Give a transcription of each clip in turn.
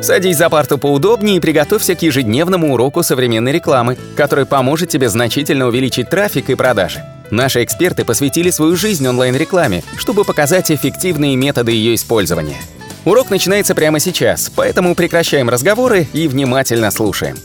Садись за парту поудобнее и приготовься к ежедневному уроку современной рекламы, который поможет тебе значительно увеличить трафик и продажи. Наши эксперты посвятили свою жизнь онлайн-рекламе, чтобы показать эффективные методы ее использования. Урок начинается прямо сейчас, поэтому прекращаем разговоры и внимательно слушаем.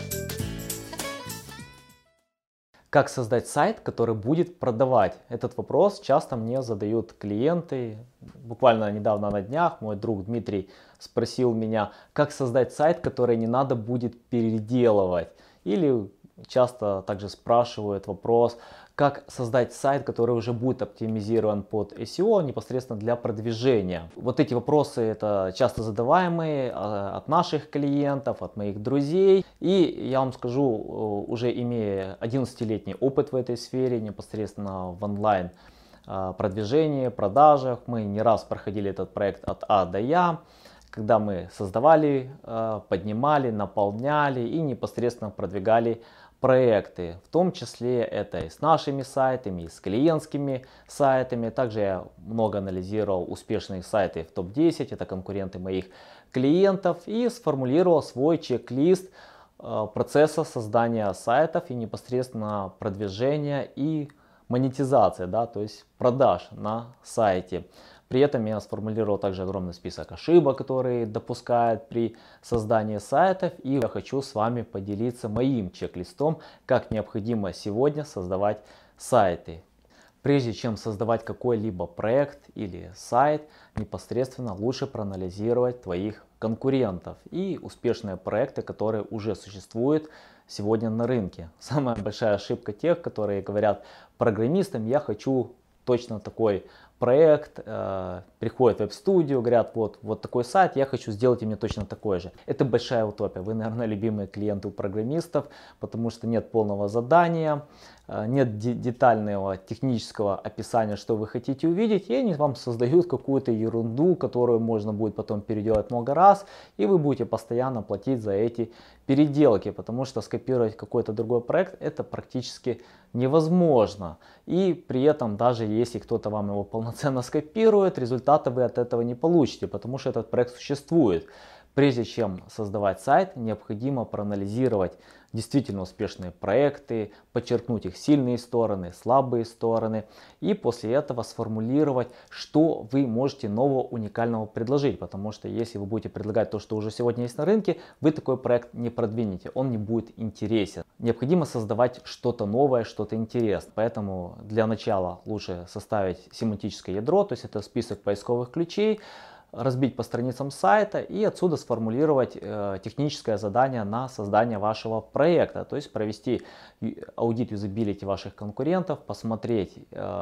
Как создать сайт, который будет продавать? Этот вопрос часто мне задают клиенты. Буквально недавно на днях мой друг Дмитрий спросил меня, как создать сайт, который не надо будет переделывать. Или часто также спрашивают вопрос, как создать сайт, который уже будет оптимизирован под SEO непосредственно для продвижения. Вот эти вопросы это часто задаваемые от наших клиентов, от моих друзей. И я вам скажу, уже имея 11-летний опыт в этой сфере, непосредственно в онлайн продвижении, продажах, мы не раз проходили этот проект от А до Я, когда мы создавали, поднимали, наполняли и непосредственно продвигали проекты, в том числе это и с нашими сайтами, и с клиентскими сайтами. Также я много анализировал успешные сайты в топ-10, это конкуренты моих клиентов, и сформулировал свой чек-лист процесса создания сайтов и непосредственно продвижения и монетизации, то есть продаж на сайте. При этом я сформулировал также огромный список ошибок, которые допускают при создании сайтов. И я хочу с вами поделиться моим чек-листом, как необходимо сегодня создавать сайты. Прежде чем создавать какой-либо проект или сайт, непосредственно лучше проанализировать твоих конкурентов и успешные проекты, которые уже существуют сегодня на рынке. Самая большая ошибка тех, которые говорят программистам: я хочу точно такой проект, приходят в веб-студию, говорят, вот такой сайт, я хочу сделать, и мне точно такой же. Это большая утопия. Вы, наверное, любимые клиенты у программистов, потому что нет полного задания, нет детального технического описания, что вы хотите увидеть, и они вам создают какую-то ерунду, которую можно будет потом переделать много раз, и вы будете постоянно платить за эти переделки, потому что скопировать какой-то другой проект это практически невозможно. И при этом, даже если кто-то вам его полноценно скопирует, результата вы от этого не получите, потому что этот проект существует. Прежде чем создавать сайт, необходимо проанализировать действительно успешные проекты, подчеркнуть их сильные стороны, слабые стороны, и после этого сформулировать, что вы можете нового уникального предложить. Потому что если вы будете предлагать то, что уже сегодня есть на рынке, вы такой проект не продвинете, он не будет интересен. Необходимо создавать что-то новое, что-то интересное. Поэтому для начала лучше составить семантическое ядро, то есть это список поисковых ключей, разбить по страницам сайта и отсюда сформулировать техническое задание на создание вашего проекта. То есть провести аудит юзабилити ваших конкурентов, посмотреть,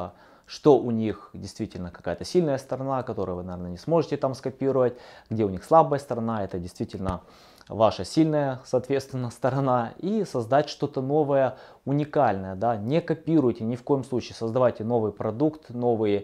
что у них действительно какая-то сильная сторона, которую вы, наверное, не сможете там скопировать, где у них слабая сторона, это действительно ваша сильная, соответственно, сторона, и создать что-то новое, уникальное. Не копируйте ни в коем случае, создавайте новый продукт, новые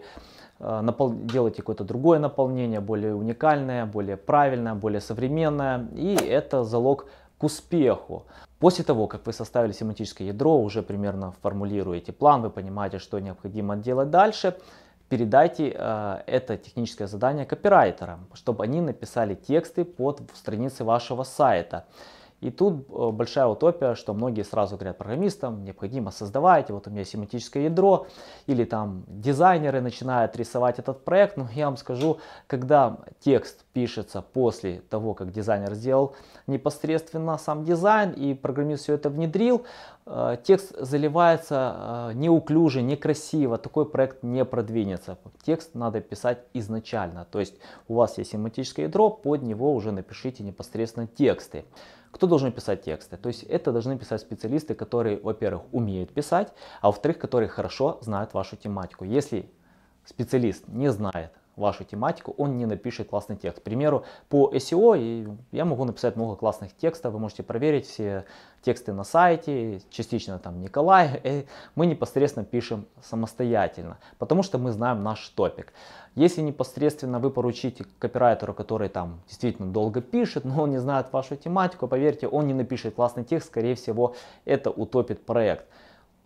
делайте какое-то другое наполнение, более уникальное, более правильное, более современное, и это залог к успеху. После того, как вы составили семантическое ядро, уже примерно формулируете план, вы понимаете, что необходимо делать дальше, передайте это техническое задание копирайтерам, чтобы они написали тексты под страницы вашего сайта. И тут большая утопия, что многие сразу говорят программистам, необходимо создавать, вот у меня семантическое ядро, или там дизайнеры начинают рисовать этот проект. Но я вам скажу, когда текст пишется после того, как дизайнер сделал непосредственно сам дизайн и программист все это внедрил, текст заливается неуклюже, некрасиво, такой проект не продвинется. Текст надо писать изначально, то есть у вас есть семантическое ядро, под него уже напишите непосредственно тексты. Кто должен писать тексты? То есть это должны писать специалисты, которые, во-первых, умеют писать, а во-вторых, которые хорошо знают вашу тематику. Если специалист не знает вашу тематику, он не напишет классный текст. К примеру, по SEO я могу написать много классных текстов, вы можете проверить все тексты на сайте, частично там Николай, мы непосредственно пишем самостоятельно, потому что мы знаем наш топик. Если непосредственно вы поручите копирайтеру, который там действительно долго пишет, но он не знает вашу тематику, поверьте, он не напишет классный текст, скорее всего, это утопит проект.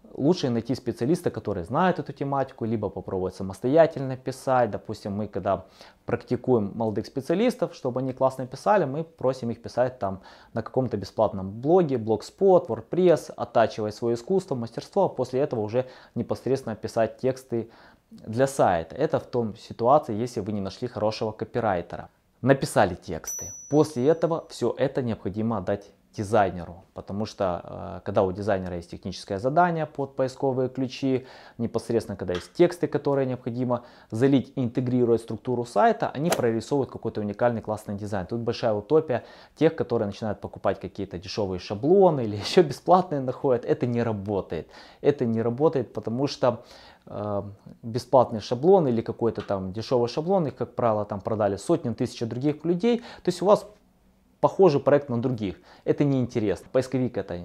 лучше найти специалиста, который знает эту тематику, либо попробовать самостоятельно писать. Допустим, мы когда практикуем молодых специалистов, чтобы они классно писали, мы просим их писать там на каком-то бесплатном блоге, Blogspot, WordPress, оттачивать свое искусство, мастерство, а после этого уже непосредственно писать тексты для сайта. Это в том ситуации, если вы не нашли хорошего копирайтера. Написали тексты. После этого все это необходимо отдать дизайнеру, потому что когда у дизайнера есть техническое задание под поисковые ключи, непосредственно когда есть тексты, которые необходимо залить и интегрировать в структуру сайта, они прорисовывают какой-то уникальный классный дизайн. Тут большая утопия тех, которые начинают покупать какие-то дешевые шаблоны или еще бесплатные находят. Это не работает. Это не работает, потому что бесплатный шаблон или какой-то там дешевый шаблон, их, как правило, там продали сотни, тысячи других людей. То есть у вас похожий проект на других. Это неинтересно. Поисковик это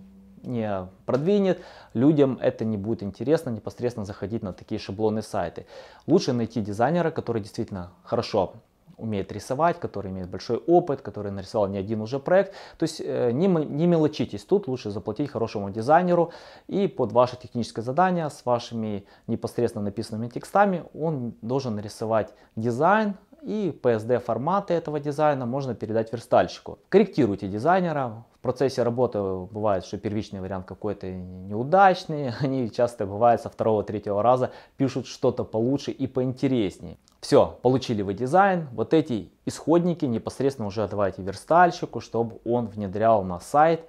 не продвинет, людям это не будет интересно непосредственно заходить на такие шаблонные сайты. Лучше найти дизайнера, который действительно хорошо умеет рисовать, который имеет большой опыт, который нарисовал не один уже проект. То есть не мелочитесь, тут лучше заплатить хорошему дизайнеру, и под ваше техническое задание с вашими непосредственно написанными текстами он должен нарисовать дизайн, и PSD форматы этого дизайна можно передать верстальщику. Корректируйте дизайнера. В процессе работы бывает, что первичный вариант какой-то неудачный. Они часто бывают со второго-третьего раза пишут что-то получше и поинтереснее. Все, получили вы дизайн. Вот эти исходники непосредственно уже отдавайте верстальщику, чтобы он внедрял на сайт,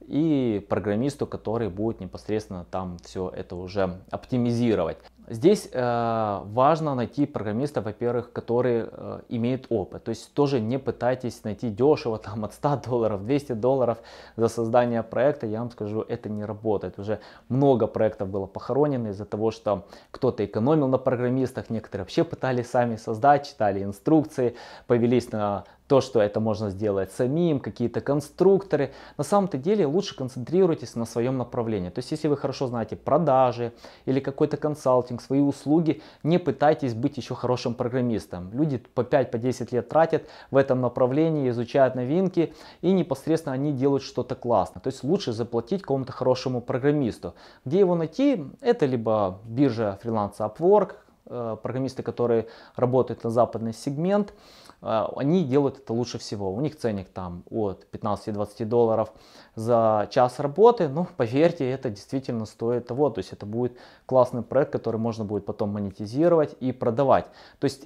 и программисту, который будет непосредственно там все это уже оптимизировать. Здесь важно найти программиста, во-первых, который имеет опыт. То есть тоже не пытайтесь найти дешево, там от $100, $200 за создание проекта. Я вам скажу, это не работает. Уже много проектов было похоронено из-за того, что кто-то экономил на программистах, некоторые вообще пытались сами создать, читали инструкции, повелись на то, что это можно сделать самим, какие-то конструкторы. На самом-то деле лучше концентрируйтесь на своем направлении. То есть если вы хорошо знаете продажи или какой-то консалтинг, свои услуги, не пытайтесь быть еще хорошим программистом. Люди по 5-10 лет тратят в этом направлении, изучают новинки, и непосредственно они делают что-то классно. То есть лучше заплатить какому-то хорошему программисту. Где его найти? Это либо биржа фриланса Upwork, программисты, которые работают на западный сегмент, они делают это лучше всего. У них ценник там от $15-20 за час работы. Но поверьте, это действительно стоит того. То есть это будет классный проект, который можно будет потом монетизировать и продавать. То есть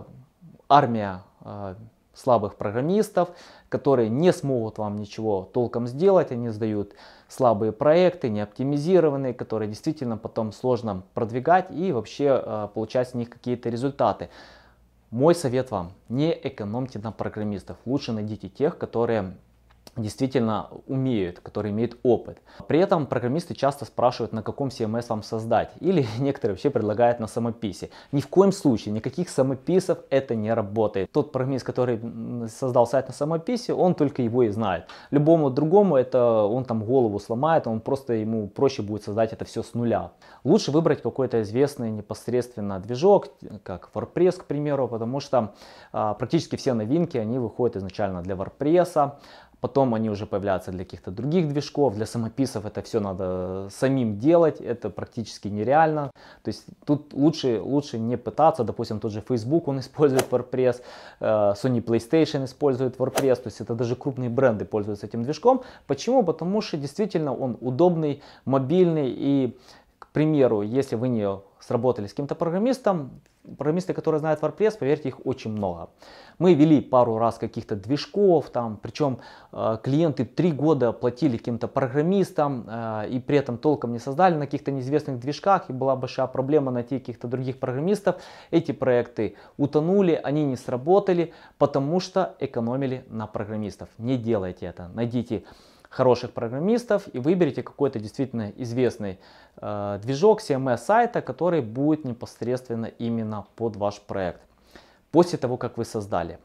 армия слабых программистов, которые не смогут вам ничего толком сделать, они сдают слабые проекты, не оптимизированные, которые действительно потом сложно продвигать и вообще получать с них какие-то результаты. Мой совет вам: не экономьте на программистов, лучше найдите тех, которые действительно умеют, которые имеют опыт. При этом программисты часто спрашивают, на каком CMS вам создать, или некоторые вообще предлагают на самописе. Ни в коем случае, никаких самописов это не работает. Тот программист, который создал сайт на самописе, он только его и знает. Любому другому это он там голову сломает, он просто, ему проще будет создать это все с нуля. Лучше выбрать какой-то известный непосредственно движок, как WordPress, к примеру, потому что практически все новинки, они выходят изначально для WordPress. Потом они уже появляются для каких-то других движков. Для самописов это все надо самим делать. Это практически нереально. То есть тут лучше не пытаться. Допустим, тот же Facebook, он использует WordPress. Sony PlayStation использует WordPress. То есть это даже крупные бренды пользуются этим движком. Почему? Потому что действительно он удобный, мобильный. И, к примеру, если вы не сработали с каким-то программистом, программисты, которые знают WordPress, поверьте, их очень много. Мы вели пару раз каких-то движков, там, причем клиенты 3 года платили каким-то программистам и при этом толком не создали на каких-то неизвестных движках, и была большая проблема найти каких-то других программистов. Эти проекты утонули, они не сработали, потому что экономили на программистов. Не делайте это, найдите хороших программистов и выберите какой-то действительно известный движок CMS сайта, который будет непосредственно именно под ваш проект. После того, как вы создали,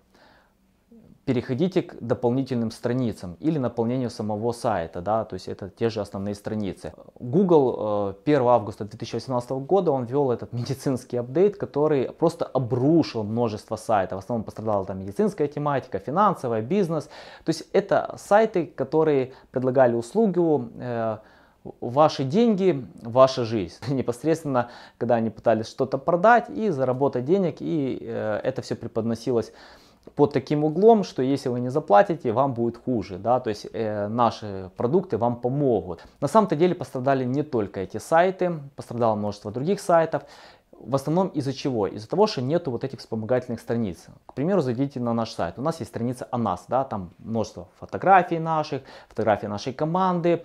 переходите к дополнительным страницам или наполнению самого сайта, да, то есть это те же основные страницы. Google 1 августа 2018 года он ввел этот медицинский апдейт, который просто обрушил множество сайтов. В основном пострадала там медицинская тематика, финансовая, бизнес. То есть это сайты, которые предлагали услугу ваши деньги, ваша жизнь. Непосредственно, когда они пытались что-то продать и заработать денег, и это все преподносилось под таким углом, что если вы не заплатите, вам будет хуже, да, то есть наши продукты вам помогут. На самом-то деле пострадали не только эти сайты, пострадало множество других сайтов. В основном из-за чего? Из-за того, что нету вот этих вспомогательных страниц. К примеру, зайдите на наш сайт. У нас есть страница о нас, да, там множество фотографий наших, фотографий нашей команды,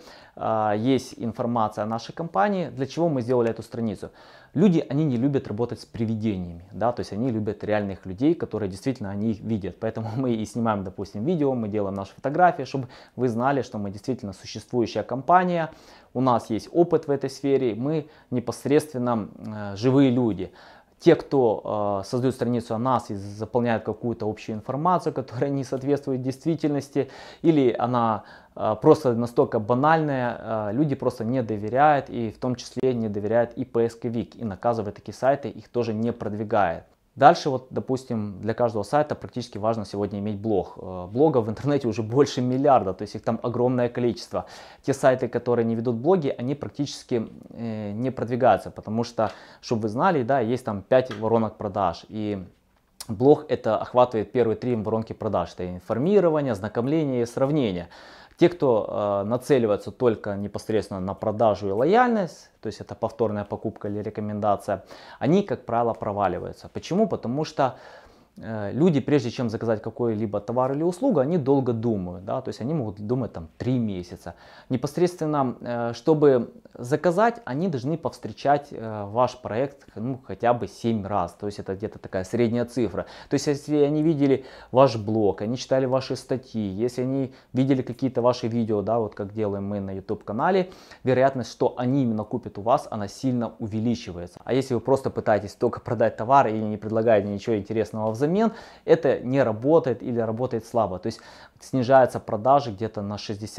есть информация о нашей компании. Для чего мы сделали эту страницу? Люди, они не любят работать с привидениями, да, то есть они любят реальных людей, которые действительно они их видят. Поэтому мы и снимаем, допустим, видео, мы делаем наши фотографии, чтобы вы знали, что мы действительно существующая компания, у нас есть опыт в этой сфере, мы непосредственно живые люди. Те, кто создают страницу о нас и заполняют какую-то общую информацию, которая не соответствует действительности, или она просто настолько банальная, люди просто не доверяют, и в том числе не доверяют и поисковик, и наказывает такие сайты, их тоже не продвигает. Дальше, вот, допустим, для каждого сайта практически важно сегодня иметь блог. Блогов в интернете уже больше миллиарда, то есть их там огромное количество. Те сайты, которые не ведут блоги, они практически не продвигаются, потому что, чтобы вы знали, да, есть там 5 воронок продаж, и блог это охватывает первые 3 воронки продаж. Это информирование, ознакомление и сравнение. Те, кто нацеливается только непосредственно на продажу и лояльность, то есть это повторная покупка или рекомендация, они, как правило, проваливаются. Почему? Потому что люди, прежде чем заказать какой-либо товар или услугу, они долго думают, да, то есть они могут думать там 3 месяца. Непосредственно, чтобы заказать, они должны повстречать ваш проект хотя бы 7 раз, то есть это где-то такая средняя цифра. То есть если они видели ваш блог, они читали ваши статьи, если они видели какие-то ваши видео, да, вот как делаем мы на YouTube канале, вероятность, что они именно купят у вас, она сильно увеличивается. А если вы просто пытаетесь только продать товар и не предлагаете ничего интересного взамен, это не работает или работает слабо. То есть снижаются продажи где-то на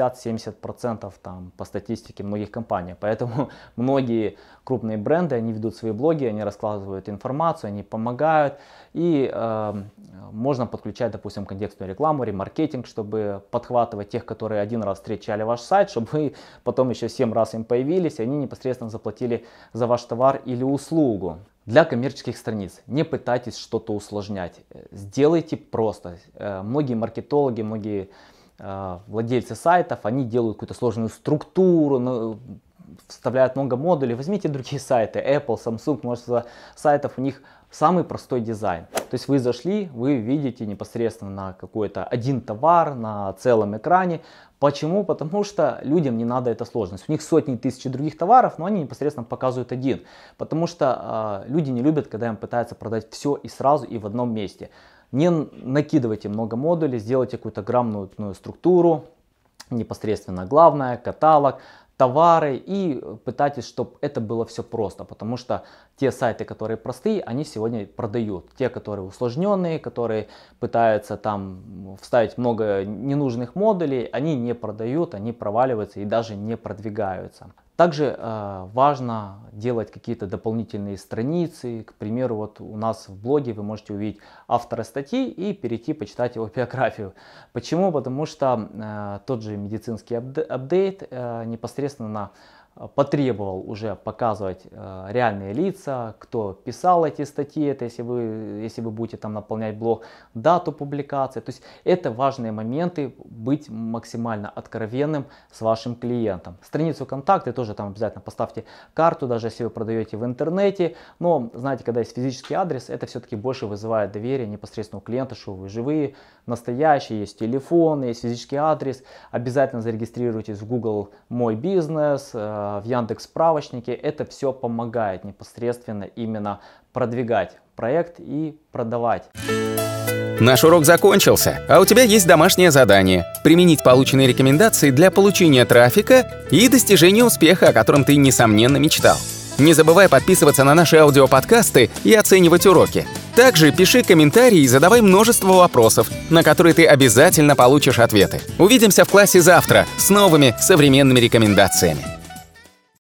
60-70% там, по статистике многих компаний. Поэтому многие крупные бренды, они ведут свои блоги, они раскладывают информацию, они помогают. И можно подключать, допустим, контекстную рекламу, ремаркетинг, чтобы подхватывать тех, которые один раз встречали ваш сайт, чтобы вы потом еще 7 раз им появились, и они непосредственно заплатили за ваш товар или услугу. Для коммерческих страниц не пытайтесь что-то усложнять, сделайте просто. Многие маркетологи, многие владельцы сайтов, они делают какую-то сложную структуру, вставляют много модулей. Возьмите другие сайты, Apple, Samsung, множество сайтов, у них самый простой дизайн. То есть вы зашли, вы видите непосредственно на какой-то один товар на целом экране. Почему? Потому что людям не надо эта сложность. У них сотни тысяч других товаров, но они непосредственно показывают один. Потому что люди не любят, когда им пытаются продать все и сразу, и в одном месте. Не накидывайте много модулей, сделайте какую-то грамотную структуру, непосредственно главное, каталог, товары, и пытайтесь, чтобы это было все просто, потому что те сайты, которые простые, они сегодня продают. Те, которые усложненные, которые пытаются там вставить много ненужных модулей, они не продают, они проваливаются и даже не продвигаются. Также важно делать какие-то дополнительные страницы. К примеру, вот у нас в блоге вы можете увидеть автора статьи и перейти почитать его биографию. Почему? Потому что тот же медицинский апдейт непосредственно потребовал уже показывать реальные лица, кто писал эти статьи, это если вы будете там наполнять блог, дату публикации. То есть это важные моменты, быть максимально откровенным с вашим клиентом. Страницу контакты тоже там обязательно поставьте карту, даже если вы продаете в интернете. Но знаете, когда есть физический адрес, это все-таки больше вызывает доверие непосредственно у клиента, что вы живые, настоящие, есть телефон, есть физический адрес. Обязательно зарегистрируйтесь в Google «Мой бизнес», в Яндекс справочнике. Это все помогает непосредственно именно продвигать проект и продавать. Наш урок закончился, а у тебя есть домашнее задание – применить полученные рекомендации для получения трафика и достижения успеха, о котором ты, несомненно, мечтал. Не забывай подписываться на наши аудиоподкасты и оценивать уроки. Также пиши комментарии и задавай множество вопросов, на которые ты обязательно получишь ответы. Увидимся в классе завтра с новыми современными рекомендациями.